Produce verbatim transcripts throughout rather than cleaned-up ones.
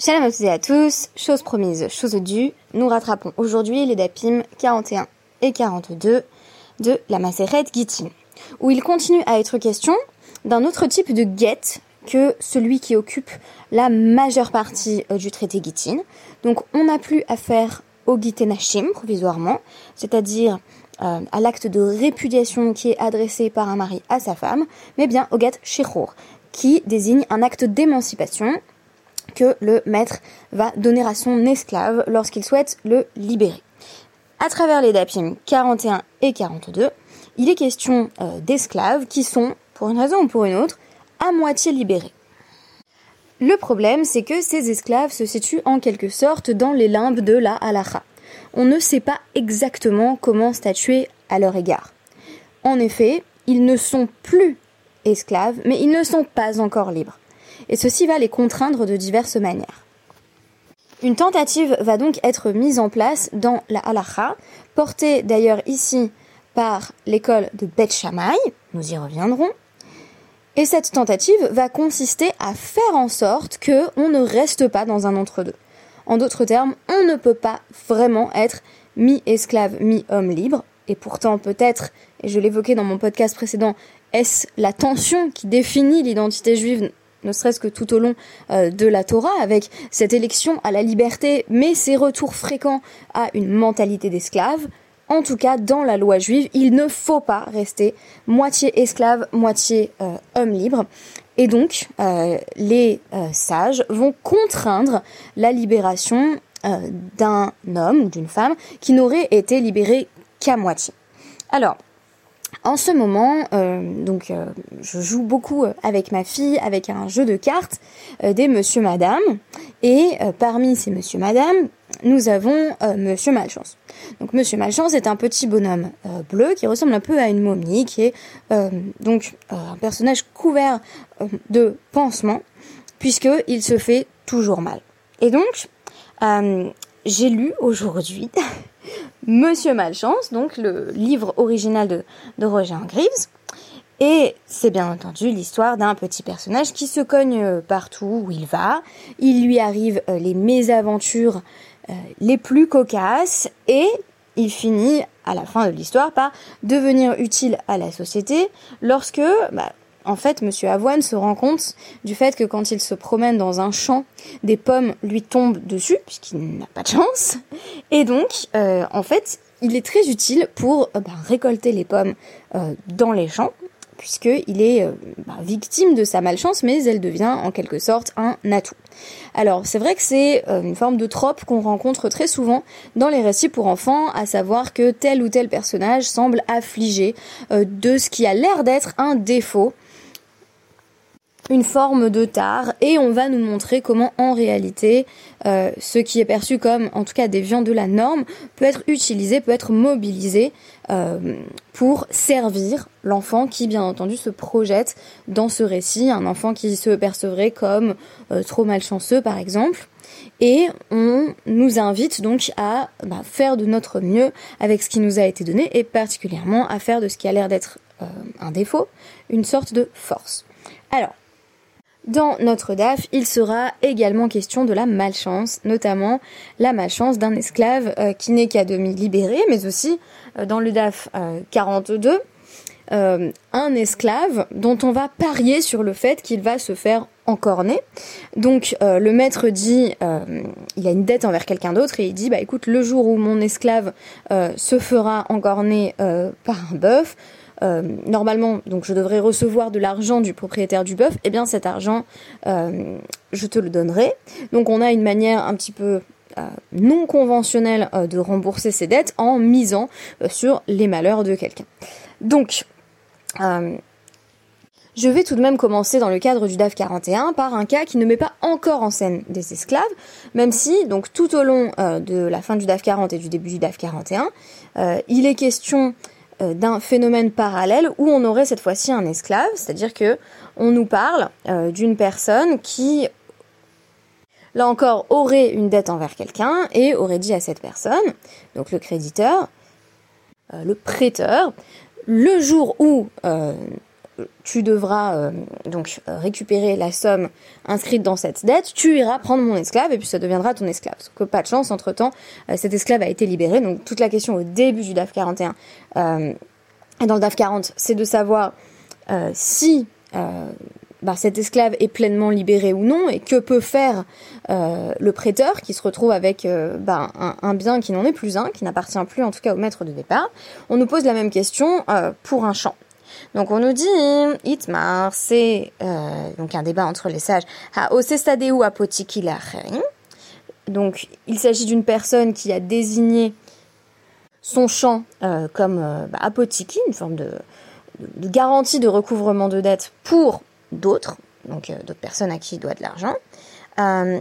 Shalom à toutes et à tous, chose promise, chose due, nous rattrapons aujourd'hui les dapim quarante et un et quarante-deux de la Maseret Gittin, où il continue à être question d'un autre type de get que celui qui occupe la majeure partie du traité Gittin. Donc on n'a plus affaire au Gittin Hashim provisoirement, c'est-à-dire euh, à l'acte de répudiation qui est adressé par un mari à sa femme, mais bien au get Shechur, qui désigne un acte d'émancipation que le maître va donner à son esclave lorsqu'il souhaite le libérer. À travers les dapim quarante et un et quarante-deux, il est question euh, d'esclaves qui sont, pour une raison ou pour une autre, à moitié libérés. Le problème, c'est que ces esclaves se situent en quelque sorte dans les limbes de la halacha. On ne sait pas exactement comment statuer à leur égard. En effet, ils ne sont plus esclaves, mais ils ne sont pas encore libres. Et ceci va les contraindre de diverses manières. Une tentative va donc être mise en place dans la halacha, portée d'ailleurs ici par l'école de Beth Shammai, nous y reviendrons, et cette tentative va consister à faire en sorte qu'on ne reste pas dans un entre-deux. En d'autres termes, on ne peut pas vraiment être mi-esclave, mi-homme libre, et pourtant peut-être, et je l'évoquais dans mon podcast précédent, est-ce la tension qui définit l'identité juive, ne serait-ce que tout au long euh, de la Torah, avec cette élection à la liberté, mais ces retours fréquents à une mentalité d'esclave. En tout cas, dans la loi juive, il ne faut pas rester moitié esclave, moitié euh, homme libre. Et donc, euh, les euh, sages vont contraindre la libération euh, d'un homme, d'une femme, qui n'aurait été libéré qu'à moitié. Alors, en ce moment, euh, donc euh, je joue beaucoup avec ma fille, avec un jeu de cartes, euh, des Monsieur Madame, et euh, parmi ces Monsieur Madame, nous avons euh, Monsieur Malchance. Donc Monsieur Malchance est un petit bonhomme euh, bleu qui ressemble un peu à une momie, qui est euh, donc euh, un personnage couvert euh, de pansements, puisqu'il se fait toujours mal. Et donc, euh, j'ai lu aujourd'hui Monsieur Malchance, donc le livre original de, de Roger Hargreaves, et c'est bien entendu l'histoire d'un petit personnage qui se cogne partout où il va. Il lui arrive euh, les mésaventures euh, les plus cocasses et il finit à la fin de l'histoire par devenir utile à la société lorsque, bah, en fait, Monsieur Avoine se rend compte du fait que quand il se promène dans un champ, des pommes lui tombent dessus, puisqu'il n'a pas de chance. Et donc, euh, en fait, il est très utile pour euh, bah, récolter les pommes euh, dans les champs, puisqu'il est euh, bah, victime de sa malchance, mais elle devient en quelque sorte un atout. Alors, c'est vrai que c'est euh, une forme de trope qu'on rencontre très souvent dans les récits pour enfants, à savoir que tel ou tel personnage semble affligé euh, de ce qui a l'air d'être un défaut, une forme de tare, et on va nous montrer comment en réalité euh, ce qui est perçu comme en tout cas déviant de la norme peut être utilisé, peut être mobilisé euh, pour servir l'enfant qui bien entendu se projette dans ce récit, un enfant qui se percevrait comme euh, trop malchanceux par exemple. Et on nous invite donc à bah, faire de notre mieux avec ce qui nous a été donné, et particulièrement à faire de ce qui a l'air d'être euh, un défaut une sorte de force. Alors, dans notre daf, il sera également question de la malchance, notamment la malchance d'un esclave euh, qui n'est qu'à demi libéré, mais aussi euh, dans le daf euh, quarante-deux, euh, un esclave dont on va parier sur le fait qu'il va se faire encorner. Donc euh, le maître dit, euh, il a une dette envers quelqu'un d'autre et il dit, bah écoute, le jour où mon esclave euh, se fera encorner euh, par un bœuf, Euh, normalement, donc je devrais recevoir de l'argent du propriétaire du bœuf, et eh bien cet argent, euh, je te le donnerai. Donc on a une manière un petit peu euh, non conventionnelle euh, de rembourser ses dettes en misant euh, sur les malheurs de quelqu'un. Donc, euh, je vais tout de même commencer dans le cadre du daf quarante et un par un cas qui ne met pas encore en scène des esclaves, même si, donc tout au long euh, de la fin du daf quarante et du début du daf quarante et un, euh, il est question d'un phénomène parallèle où on aurait cette fois-ci un esclave, c'est-à-dire que on nous parle euh, d'une personne qui, là encore, aurait une dette envers quelqu'un et aurait dit à cette personne, donc le créditeur, euh, le prêteur, le jour où euh, tu devras euh, donc récupérer la somme inscrite dans cette dette, tu iras prendre mon esclave et puis ça deviendra ton esclave. Sauf que pas de chance, entre-temps, euh, cet esclave a été libéré. Donc toute la question au début du D A F quarante et un euh, et dans le D A F quarante, c'est de savoir euh, si euh, bah, cet esclave est pleinement libéré ou non et que peut faire euh, le prêteur qui se retrouve avec euh, bah, un, un bien qui n'en est plus un, qui n'appartient plus en tout cas au maître de départ. On nous pose la même question euh, pour un champ. Donc on nous dit, Itmar, c'est euh, donc un débat entre les sages. Ha-osestadeu apotiki l'acherin. Donc il s'agit d'une personne qui a désigné son champ euh, comme euh, bah, apotiki, une forme de, de, de garantie de recouvrement de dette pour d'autres, donc euh, d'autres personnes à qui il doit de l'argent, euh,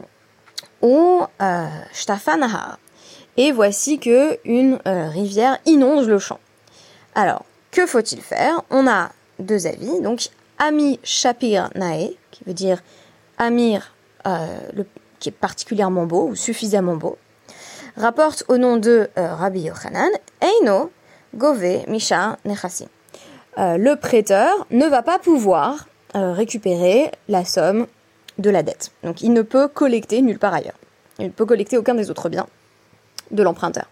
ou euh, Shtafanaha. Et voici que une euh, rivière inonde le champ. Alors, que faut-il faire? On a deux avis. Donc, Ami Shapir Nae, qui veut dire Amir, euh, le, qui est particulièrement beau ou suffisamment beau, rapporte au nom de euh, Rabbi Yochanan, Eino Gove Misha Nechassi. Euh, le prêteur ne va pas pouvoir euh, récupérer la somme de la dette. Donc, il ne peut collecter nulle part ailleurs. Il ne peut collecter aucun des autres biens de l'emprunteur.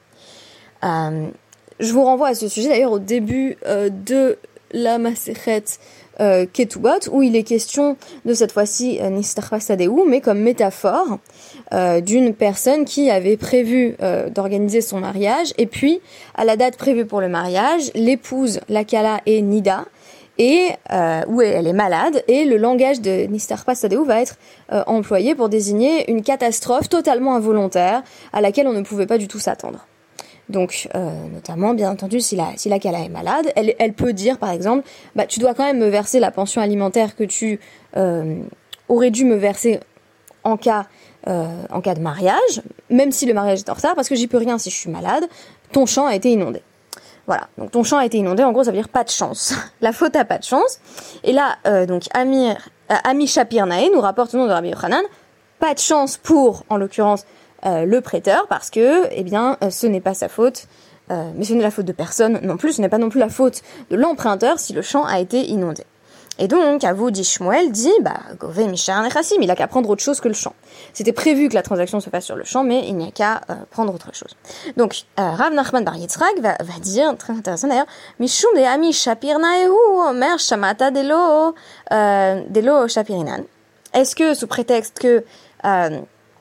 Euh, Je vous renvoie à ce sujet d'ailleurs au début euh, de la Masechet euh, Ketubot, où il est question de cette fois-ci euh, Nistarpa Sadeu, mais comme métaphore euh, d'une personne qui avait prévu euh, d'organiser son mariage, et puis à la date prévue pour le mariage, l'épouse, la Kala, est Nida, et euh, où elle est malade, et le langage de Nistarpa Sadeu va être euh, employé pour désigner une catastrophe totalement involontaire à laquelle on ne pouvait pas du tout s'attendre. Donc, euh, notamment, bien entendu, si la, si la Kala est malade, elle, elle peut dire, par exemple, bah, tu dois quand même me verser la pension alimentaire que tu euh, aurais dû me verser en cas, euh, en cas de mariage, même si le mariage est en retard, parce que j'y peux rien si je suis malade, ton champ a été inondé. Voilà, donc ton champ a été inondé, en gros, ça veut dire pas de chance. La faute a pas de chance. Et là, euh, donc, Amir, euh, Ami Shapir Nae nous rapporte au nom de Rabbi Yochanan, pas de chance pour, en l'occurrence, Euh, le prêteur, parce que, eh bien, euh, ce n'est pas sa faute, euh, mais ce n'est la faute de personne non plus, ce n'est pas non plus la faute de l'emprunteur si le champ a été inondé. Et donc, à vous, dit Shmuel, dit, bah, Gove Mishar Nechassim, il a qu'à prendre autre chose que le champ. C'était prévu que la transaction se fasse sur le champ, mais il n'y a qu'à euh, prendre autre chose. Donc, euh, Rav Nachman bar Yitzhak va, va dire, très intéressant d'ailleurs, Mishum de Ami Shapir Naehu, Omer Shamata Delo, euh, Delo Shapirinan. Est-ce que, sous prétexte que, euh,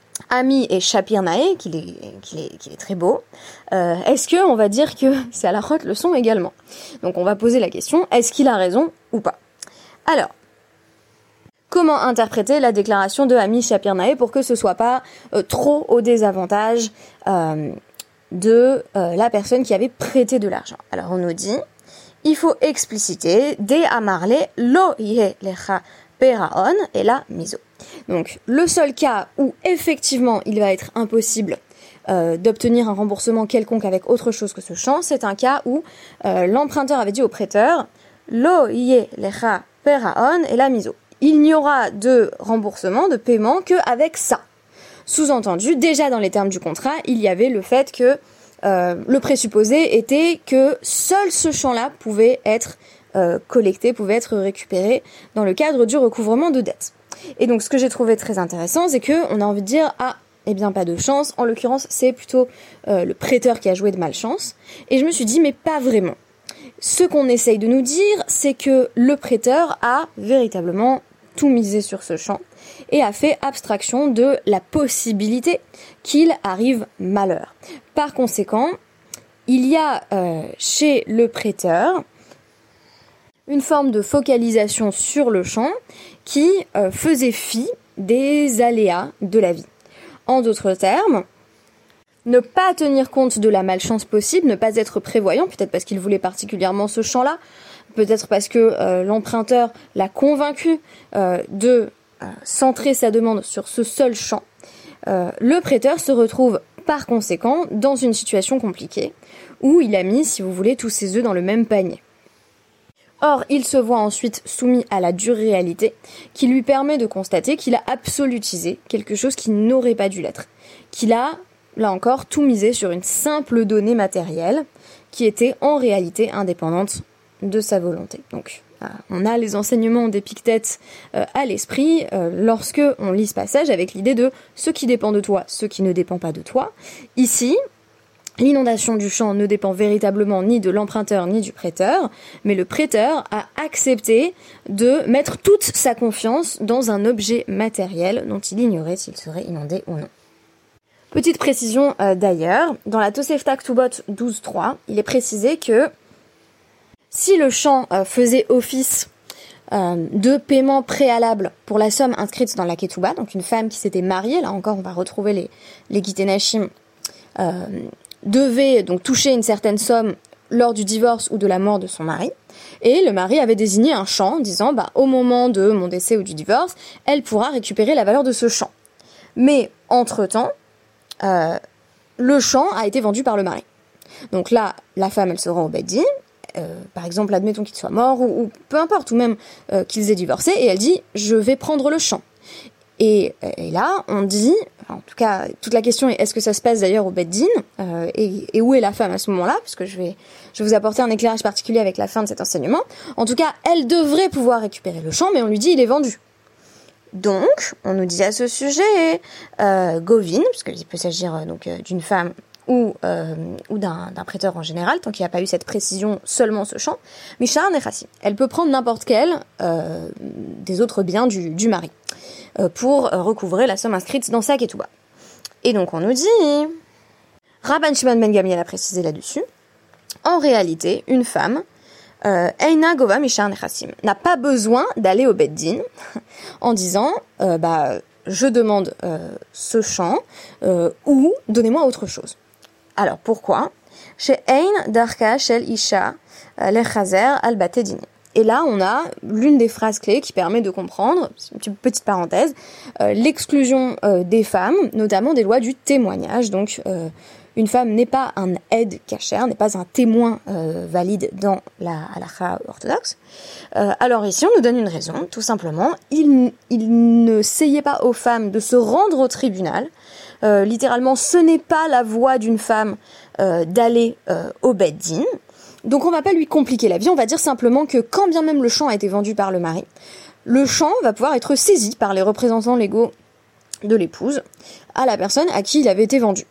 Ami et Shapir Nae, qu'il est, qu'il est, qu'il est très beau, euh, est-ce que on va dire que c'est à la rote le son également? Donc on va poser la question, est-ce qu'il a raison ou pas? Alors, comment interpréter la déclaration de Ami Shapir Nae pour que ce soit pas euh, trop au désavantage euh, de euh, la personne qui avait prêté de l'argent? Alors on nous dit, il faut expliciter de amarle lo ye lecha peraon et la miso. Donc, le seul cas où, effectivement, il va être impossible euh, d'obtenir un remboursement quelconque avec autre chose que ce champ, c'est un cas où euh, l'emprunteur avait dit au prêteur « Lo ye lecha peraon et la miso ». Il n'y aura de remboursement, de paiement, qu'avec ça. Sous-entendu, déjà dans les termes du contrat, il y avait le fait que euh, le présupposé était que seul ce champ-là pouvait être euh, collecté, pouvait être récupéré dans le cadre du recouvrement de dettes. Et donc, ce que j'ai trouvé très intéressant, c'est que on a envie de dire, ah, eh bien, pas de chance. En l'occurrence, c'est plutôt euh, le prêteur qui a joué de malchance. Et je me suis dit, mais pas vraiment. Ce qu'on essaye de nous dire, c'est que le prêteur a véritablement tout misé sur ce champ et a fait abstraction de la possibilité qu'il arrive malheur. Par conséquent, il y a euh, chez le prêteur une forme de focalisation sur le champ qui euh, faisait fi des aléas de la vie. En d'autres termes, ne pas tenir compte de la malchance possible, ne pas être prévoyant, peut-être parce qu'il voulait particulièrement ce champ-là, peut-être parce que euh, l'emprunteur l'a convaincu euh, de euh, centrer sa demande sur ce seul champ, euh, le prêteur se retrouve par conséquent dans une situation compliquée, où il a mis, si vous voulez, tous ses œufs dans le même panier. Or, il se voit ensuite soumis à la dure réalité qui lui permet de constater qu'il a absolutisé quelque chose qui n'aurait pas dû l'être. Qu'il a, là encore, tout misé sur une simple donnée matérielle qui était en réalité indépendante de sa volonté. Donc, on a les enseignements d'Épictète euh, à l'esprit euh, lorsque on lit ce passage avec l'idée de ce qui dépend de toi, ce qui ne dépend pas de toi. Ici, l'inondation du champ ne dépend véritablement ni de l'emprunteur ni du prêteur, mais le prêteur a accepté de mettre toute sa confiance dans un objet matériel dont il ignorait s'il serait inondé ou non. Petite précision euh, d'ailleurs, dans la Tosefta Ktubot douze trois, il est précisé que si le champ euh, faisait office euh, de paiement préalable pour la somme inscrite dans la Ketouba, donc une femme qui s'était mariée, là encore on va retrouver les, les Gitenashim, euh, devait donc toucher une certaine somme lors du divorce ou de la mort de son mari, et le mari avait désigné un champ en disant bah, au moment de mon décès ou du divorce, elle pourra récupérer la valeur de ce champ. Mais entre-temps, euh, le champ a été vendu par le mari. Donc là, la femme, elle se rend au Beddin, euh, par exemple, admettons qu'il soit mort, ou, ou peu importe, ou même euh, qu'ils aient divorcé, et elle dit « je vais prendre le champ ». Et, et là, on dit, en tout cas, toute la question est est-ce que ça se passe d'ailleurs au Beddin, euh, et, et où est la femme à ce moment-là, puisque je vais, je vais vous apporter un éclairage particulier avec la fin de cet enseignement. En tout cas, elle devrait pouvoir récupérer le champ, mais on lui dit il est vendu. Donc, on nous dit à ce sujet, euh, Govin, puisqu'il peut s'agir euh, donc euh, d'une femme ou, euh, ou d'un, d'un prêteur en général, tant qu'il n'y a pas eu cette précision seulement ce champ, Mishar Nechassim. Elle peut prendre n'importe quel euh, des autres biens du, du mari euh, pour euh, recouvrer la somme inscrite dans sa ketouba. Et donc on nous dit, Rabban Shimon ben Gamliel a précisé là-dessus, en réalité, une femme, Eina Gova Mishar Nechassim, n'a pas besoin d'aller au Beddin en disant, euh, bah, je demande euh, ce champ euh, ou donnez-moi autre chose. Alors pourquoi? Chez Ein Darka Shel Isha Lechazer al Batedin. Et là, on a l'une des phrases clés qui permet de comprendre, c'est une petite parenthèse, euh, l'exclusion euh, des femmes, notamment des lois du témoignage. Donc, euh, une femme n'est pas un aide kasher, n'est pas un témoin euh, valide dans la halakha orthodoxe. Euh, alors ici, on nous donne une raison, tout simplement. Il, il ne essayait pas aux femmes de se rendre au tribunal. Euh, littéralement, ce n'est pas la voie d'une femme euh, d'aller euh, au Beddin. Donc on va pas lui compliquer la vie, on va dire simplement que quand bien même le champ a été vendu par le mari, le champ va pouvoir être saisi par les représentants légaux de l'épouse à la personne à qui il avait été vendu.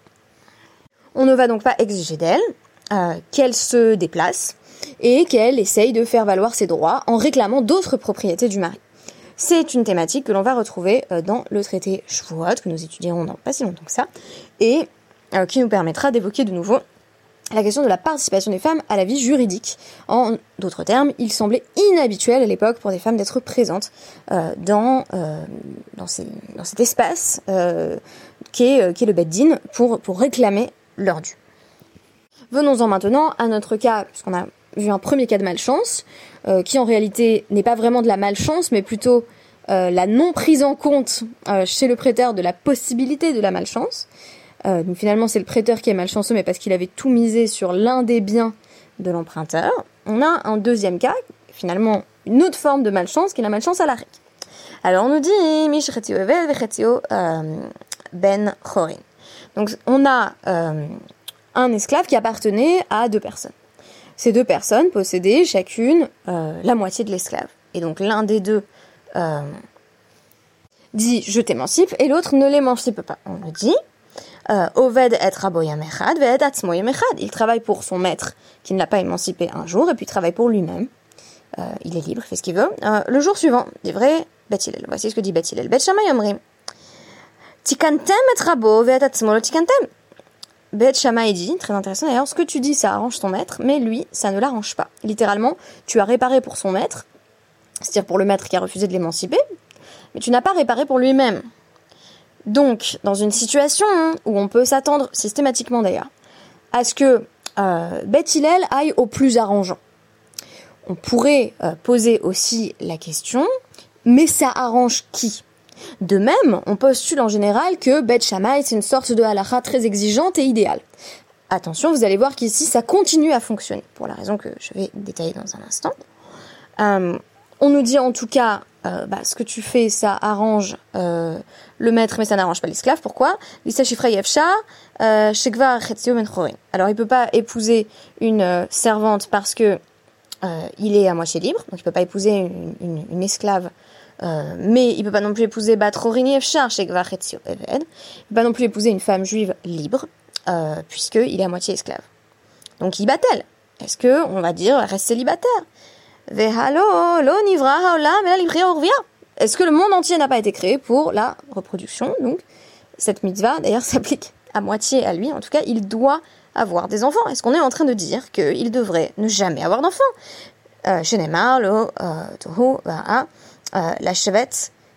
On ne va donc pas exiger d'elle euh, qu'elle se déplace et qu'elle essaye de faire valoir ses droits en réclamant d'autres propriétés du mari. C'est une thématique que l'on va retrouver euh, dans le traité Shavuot, que nous étudierons dans pas si longtemps que ça, et euh, qui nous permettra d'évoquer de nouveau la question de la participation des femmes à la vie juridique. En d'autres termes, il semblait inhabituel à l'époque pour des femmes d'être présentes euh, dans, euh, dans, ces, dans cet espace euh, qu'est, euh, qu'est le Beddin pour, pour réclamer leur dû. Venons-en maintenant à notre cas, puisqu'on a vu un premier cas de malchance, euh, qui en réalité n'est pas vraiment de la malchance, mais plutôt euh, la non prise en compte euh, chez le prêteur de la possibilité de la malchance. Euh, donc finalement c'est le prêteur qui est malchanceux, mais parce qu'il avait tout misé sur l'un des biens de l'emprunteur. On a un deuxième cas, finalement une autre forme de malchance, qui est la malchance à l'arrêt. Alors on nous dit Mish Chetio Eved Vechetio Ben Chorin. Donc on a euh, un esclave qui appartenait à deux personnes. Ces deux personnes possédaient chacune euh, la moitié de l'esclave. Et donc l'un des deux euh, dit je t'émancipe et l'autre ne l'émancipe pas. On le dit Oved et rabo yam echad ve'ed atzmo yam echad. Il travaille pour son maître qui ne l'a pas émancipé un jour et puis travaille pour lui-même. Euh, il est libre, il fait ce qu'il veut. Euh, le jour suivant, dit vrai, Beth Hillel. Voici ce que dit Beth Hillel. Beth Shammai omrim tikantem et rabo ve'ed atzmo lo tikantem. Beth Shammai dit, très intéressant d'ailleurs, ce que tu dis ça arrange ton maître, mais lui ça ne l'arrange pas. Littéralement, tu as réparé pour son maître, c'est-à-dire pour le maître qui a refusé de l'émanciper, mais tu n'as pas réparé pour lui-même. Donc, dans une situation où on peut s'attendre, systématiquement d'ailleurs, à ce que euh, Beth Hillel aille au plus arrangeant, on pourrait euh, poser aussi la question, mais ça arrange qui? De même, on postule en général que Beth Shammai, c'est une sorte de halakha très exigeante et idéale. Attention, vous allez voir qu'ici, ça continue à fonctionner, pour la raison que je vais détailler dans un instant. Euh, on nous dit en tout cas, euh, bah, ce que tu fais, ça arrange euh, le maître, mais ça n'arrange pas l'esclave. Pourquoi? Alors, il peut pas épouser une euh, servante parce que euh, il est à moitié libre, donc il peut pas épouser une, une, une esclave, euh, mais il peut pas non plus épouser Batrorini Efchar chez Gvachetio Eved, il peut pas non plus épouser une femme juive libre, euh, puisqu'il est à moitié esclave. Donc il battelle. Est-ce que on va dire reste célibataire? Vehalo lo nivra haolam ela libri orvia. Est-ce que le monde entier n'a pas été créé pour la reproduction? Donc cette mitzvah d'ailleurs s'applique à moitié à lui. En tout cas, il doit avoir des enfants. Est-ce qu'on est en train de dire qu'il devrait ne jamais avoir d'enfants? Shenemar lo tohu va'a la chevet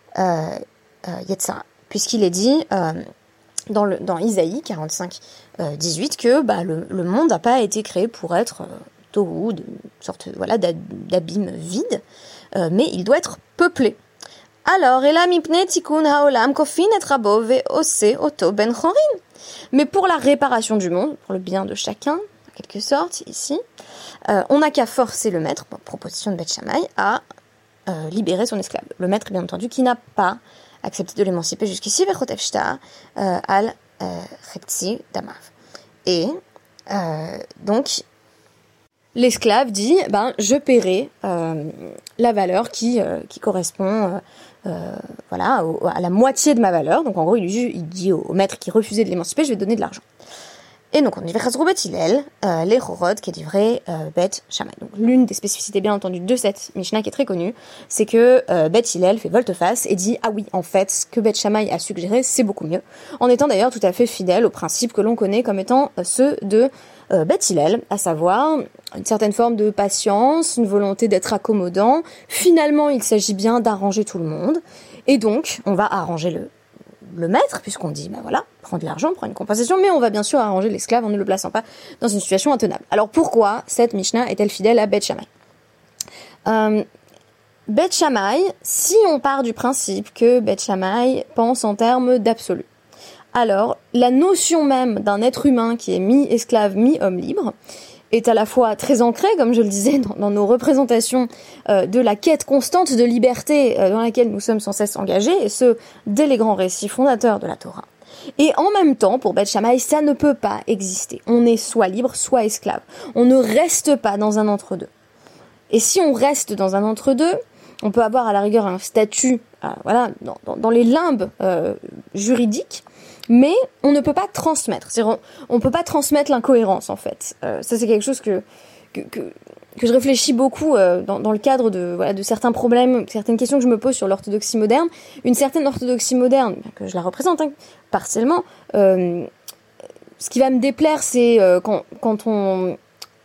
yetzara, puisqu'il est dit euh, dans, le, dans Isaïe quarante-cinq dix-huit que bah, le, le monde n'a pas été créé pour être euh, tohu, une sorte voilà, d'abîme vide, euh, mais il doit être peuplé. Alors, ela mipne tikun haolam kofin et rabo ve'ose oto ben chorin. Mais pour la réparation du monde, pour le bien de chacun, en quelque sorte, ici, euh, on n'a qu'à forcer le maître, bon, proposition de Beth Shammai, à euh, libérer son esclave. Le maître, bien entendu, qui n'a pas accepté de l'émanciper jusqu'ici, vechotev shtar al chetzi damav. Et euh, donc, l'esclave dit, ben, je paierai euh, la valeur qui, euh, qui correspond euh, euh, voilà, au, à la moitié de ma valeur. Donc en gros, il, il dit au, au maître qui refusait de l'émanciper, je vais te donner de l'argent. Et donc on dit Vechazrou Bet Hillel, euh, les Chorod, qui est livré euh, Beth Shammai. Donc l'une des spécificités bien entendu de cette Mishnah qui est très connue, c'est que euh, Beth Hillel fait volte-face et dit ah oui, en fait, ce que Beth Shammai a suggéré, c'est beaucoup mieux, en étant d'ailleurs tout à fait fidèle aux principes que l'on connaît comme étant euh, ceux de euh, Beth Hillel, à savoir une certaine forme de patience, une volonté d'être accommodant. Finalement, il s'agit bien d'arranger tout le monde, et donc on va arranger le le maître, puisqu'on dit, bah voilà, prends de l'argent, prends une compensation, mais on va bien sûr arranger l'esclave en ne le plaçant pas dans une situation intenable. Alors pourquoi cette Mishnah est-elle fidèle à Beth Shammai? euh, Beth Shammai, si on part du principe que Beth Shammai pense en termes d'absolu, alors la notion même d'un être humain qui est mi-esclave, mi-homme libre, est à la fois très ancrée, comme je le disais, dans, dans nos représentations euh, de la quête constante de liberté euh, dans laquelle nous sommes sans cesse engagés, et ce, dès les grands récits fondateurs de la Torah. Et en même temps, pour Beth Shammai, ça ne peut pas exister. On est soit libre, soit esclave. On ne reste pas dans un entre-deux. Et si on reste dans un entre-deux, on peut avoir à la rigueur un statut, euh, voilà, dans, dans, dans les limbes euh, juridiques, mais on ne peut pas transmettre. C'est-à-dire on ne peut pas transmettre l'incohérence, en fait. Euh, ça, c'est quelque chose que, que, que, que je réfléchis beaucoup euh, dans, dans le cadre de, voilà, de certains problèmes, certaines questions que je me pose sur l'orthodoxie moderne. Une certaine orthodoxie moderne, que je la représente hein, partiellement, euh, ce qui va me déplaire, c'est euh, quand, quand on...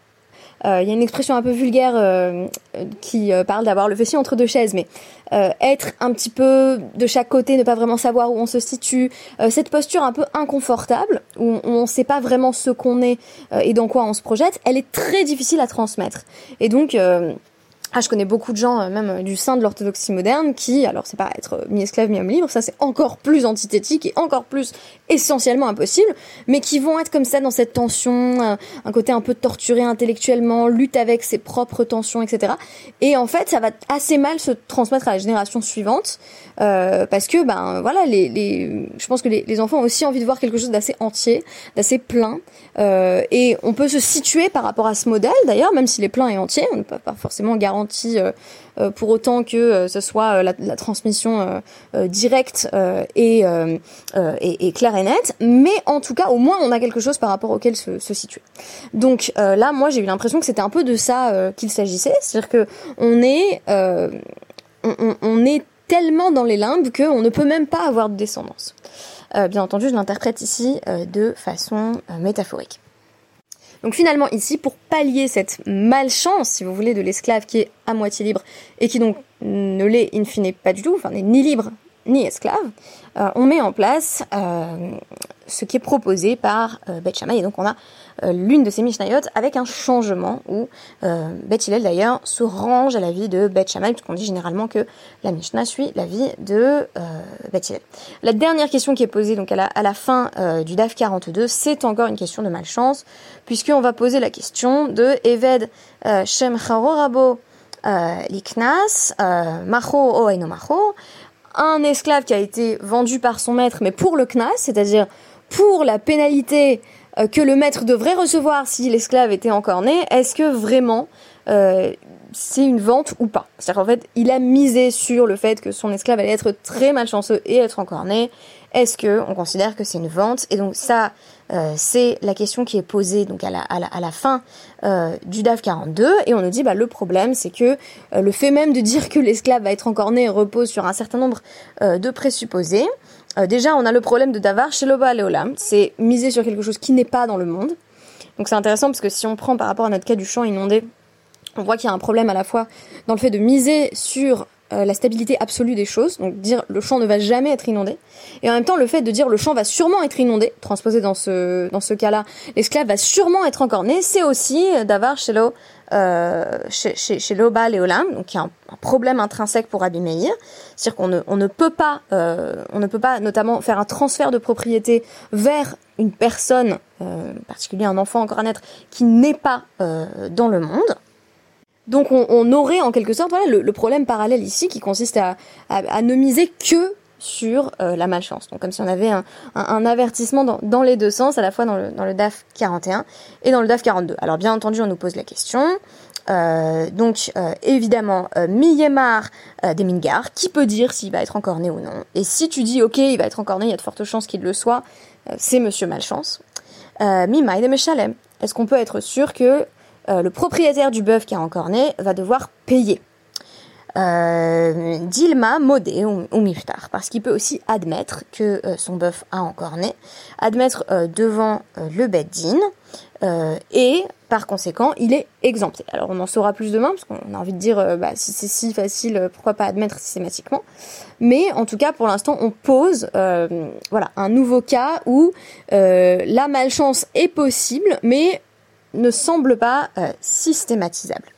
Il euh, y a une expression un peu vulgaire euh, qui euh, parle d'avoir le fessier entre deux chaises, mais euh, être un petit peu de chaque côté, ne pas vraiment savoir où on se situe, euh, cette posture un peu inconfortable, où on ne sait pas vraiment ce qu'on est euh, et dans quoi on se projette, elle est très difficile à transmettre. Et donc... Euh, Ah, je connais beaucoup de gens, euh, même euh, du sein de l'orthodoxie moderne, qui, alors c'est pas être euh, mi-esclave, mi-homme libre, ça c'est encore plus antithétique et encore plus essentiellement impossible, mais qui vont être comme ça dans cette tension, euh, un côté un peu torturé intellectuellement, lutte avec ses propres tensions, et cetera. Et en fait, ça va assez mal se transmettre à la génération suivante, euh, parce que, ben voilà, les, les, je pense que les, les enfants ont aussi envie de voir quelque chose d'assez entier, d'assez plein, euh, et on peut se situer par rapport à ce modèle, d'ailleurs, même s'il est plein et entier, on ne peut pas forcément garantir Euh, euh, pour autant que euh, ce soit euh, la, la transmission euh, euh, directe euh, et, euh, euh, et, et claire et nette, mais en tout cas au moins on a quelque chose par rapport auquel se, se situer. Donc euh, là moi j'ai eu l'impression que c'était un peu de ça euh, qu'il s'agissait, c'est-à-dire que on est euh, on, on, on est tellement dans les limbes qu'on ne peut même pas avoir de descendance. Euh, bien entendu je l'interprète ici euh, de façon euh, métaphorique. Donc finalement ici, pour pallier cette malchance, si vous voulez, de l'esclave qui est à moitié libre et qui donc ne l'est in fine pas du tout, enfin n'est ni libre ni esclave, euh, on met en place euh, ce qui est proposé par euh, Beth Shammai. Et donc on a euh, l'une de ces Mishnayot avec un changement où euh, Beth Hillel d'ailleurs se range à l'avis de Beth Shammai, puisqu'on dit généralement que la Mishnah suit l'avis de euh, Beth Hillel. La dernière question qui est posée donc à la, à la fin euh, du D A F quarante-deux, c'est encore une question de malchance, puisqu'on va poser la question de Eved euh, Shem Charo Rabo euh, Liknas euh, Macho O Eino Macho, un esclave qui a été vendu par son maître, mais pour le knas, c'est-à-dire pour la pénalité euh, que le maître devrait recevoir si l'esclave était encore né, est-ce que vraiment euh, c'est une vente ou pas. C'est-à-dire qu'en fait, il a misé sur le fait que son esclave allait être très malchanceux et être encorné. Est-ce que on considère que c'est une vente? Et donc ça, euh, c'est la question qui est posée donc à la, à la, à la fin euh, du D A F quarante-deux. Et on nous dit, bah, le problème, c'est que euh, le fait même de dire que l'esclave va être encorné repose sur un certain nombre euh, de présupposés. Euh, déjà, on a le problème de Davar chez Loba Leolam. C'est miser sur quelque chose qui n'est pas dans le monde. Donc c'est intéressant parce que si on prend par rapport à notre cas du champ inondé, on voit qu'il y a un problème à la fois dans le fait de miser sur euh, la stabilité absolue des choses, donc dire le champ ne va jamais être inondé, et en même temps le fait de dire le champ va sûrement être inondé, transposé dans ce dans ce cas-là, l'esclave va sûrement être encorné, c'est aussi euh, d'avoir chez l'eau euh, chez chez chez l'Oba Léolam, donc il y a un, un problème intrinsèque pour Rabbi Meir, c'est-à-dire qu'on ne on ne peut pas euh, on ne peut pas notamment faire un transfert de propriété vers une personne, euh, en particulier un enfant encore à naître, qui n'est pas euh, dans le monde. Donc on, on aurait en quelque sorte voilà, le, le problème parallèle ici qui consiste à, à, à ne miser que sur euh, la malchance. Donc comme si on avait un, un, un avertissement dans, dans les deux sens, à la fois dans le, dans le D A F quarante et un et dans le D A F quarante-deux. Alors bien entendu, on nous pose la question. Euh, donc euh, évidemment, euh, Miyemar euh, des Mingar, qui peut dire s'il va être encorné ou non. Et si tu dis ok, il va être encorné, il y a de fortes chances qu'il le soit, euh, c'est Monsieur Malchance. Euh, Mimai de Meshalem. Est-ce qu'on peut être sûr que Euh, le propriétaire du bœuf qui a encorné va devoir payer euh, Dilma, modé ou, ou miftar, parce qu'il peut aussi admettre que euh, son bœuf a encorné, admettre euh, devant euh, le Beth Din, euh, et par conséquent, il est exempté. Alors on en saura plus demain, parce qu'on a envie de dire, euh, bah, si c'est si facile, pourquoi pas admettre systématiquement. Mais en tout cas, pour l'instant, on pose euh, voilà, un nouveau cas où euh, la malchance est possible, mais ne semble pas euh, systématisable.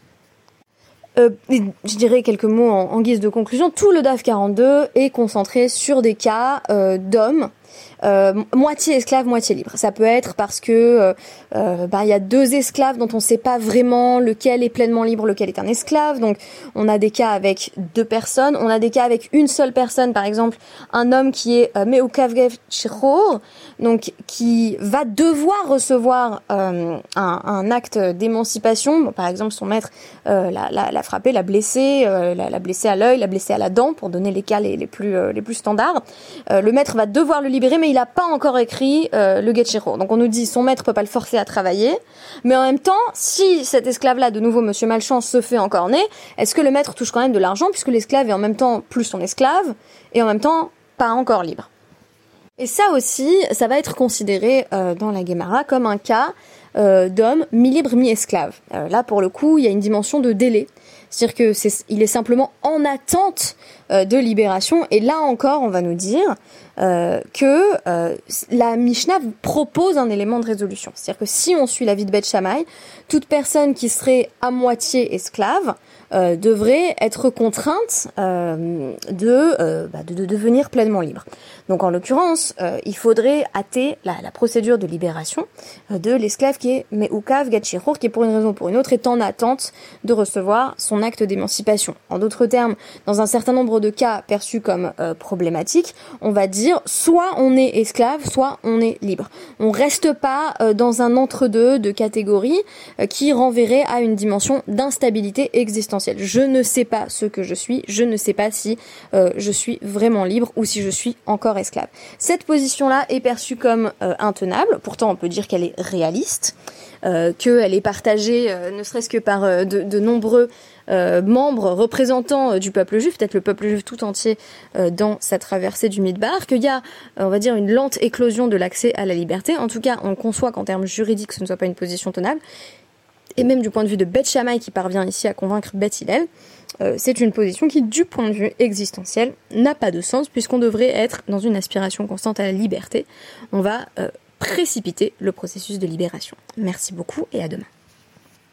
Euh, je dirais quelques mots en, en guise de conclusion. Tout le D A F quarante-deux est concentré sur des cas euh, d'hommes euh, moitié esclaves, moitié libres. Ça peut être parce que euh, euh, bah, y a deux esclaves dont on ne sait pas vraiment lequel est pleinement libre, lequel est un esclave. Donc on a des cas avec deux personnes, on a des cas avec une seule personne, par exemple un homme qui est euh, Meukavgev Chiror, donc qui va devoir recevoir euh, un, un acte d'émancipation. Bon, par exemple, son maître euh, l'a, l'a, l'a frappé, l'a blessé, euh, l'a, l'a blessé à l'œil, l'a blessé à la dent, pour donner les cas les, les plus euh, les plus standards. Euh, le maître va devoir le libérer, mais il n'a pas encore écrit euh, le Getchiro. Donc on nous dit son maître peut pas le forcer à travailler, mais en même temps, si cet esclave-là, de nouveau Monsieur Malchance, se fait encorner, est-ce que le maître touche quand même de l'argent, puisque l'esclave est en même temps plus son esclave, et en même temps pas encore libre. Et ça aussi, ça va être considéré euh, dans la Guémara comme un cas euh, d'homme mi-libre, mi-esclave. Euh, là, pour le coup, il y a une dimension de délai. C'est-à-dire que c'est, il est simplement en attente euh, de libération. Et là encore, on va nous dire euh, que euh, la Mishnah propose un élément de résolution. C'est-à-dire que si on suit l'avis de Beth Shammai, toute personne qui serait à moitié esclave euh, devrait être contrainte euh, de, euh, bah, de, de devenir pleinement libre. Donc en l'occurrence, euh, il faudrait hâter la, la procédure de libération euh, de l'esclave qui est Meukav Gatchirur, qui est pour une raison ou pour une autre est en attente de recevoir son acte d'émancipation. En d'autres termes, dans un certain nombre de cas perçus comme euh, problématiques, on va dire soit on est esclave, soit on est libre. On reste pas euh, dans un entre-deux de catégories euh, qui renverrait à une dimension d'instabilité existentielle. Je ne sais pas ce que je suis, je ne sais pas si euh, je suis vraiment libre ou si je suis encore esclave. Cette position-là est perçue comme euh, intenable, pourtant on peut dire qu'elle est réaliste, euh, qu'elle est partagée euh, ne serait-ce que par euh, de, de nombreux euh, membres représentants euh, du peuple juif, peut-être le peuple juif tout entier euh, dans sa traversée du Midbar, qu'il y a, euh, on va dire, une lente éclosion de l'accès à la liberté. En tout cas, on conçoit qu'en termes juridiques, ce ne soit pas une position tenable. Et même du point de vue de Beth Shammai qui parvient ici à convaincre Beth Hillel, euh, c'est une position qui, du point de vue existentiel, n'a pas de sens puisqu'on devrait être dans une aspiration constante à la liberté. On va euh, précipiter le processus de libération. Merci beaucoup et à demain.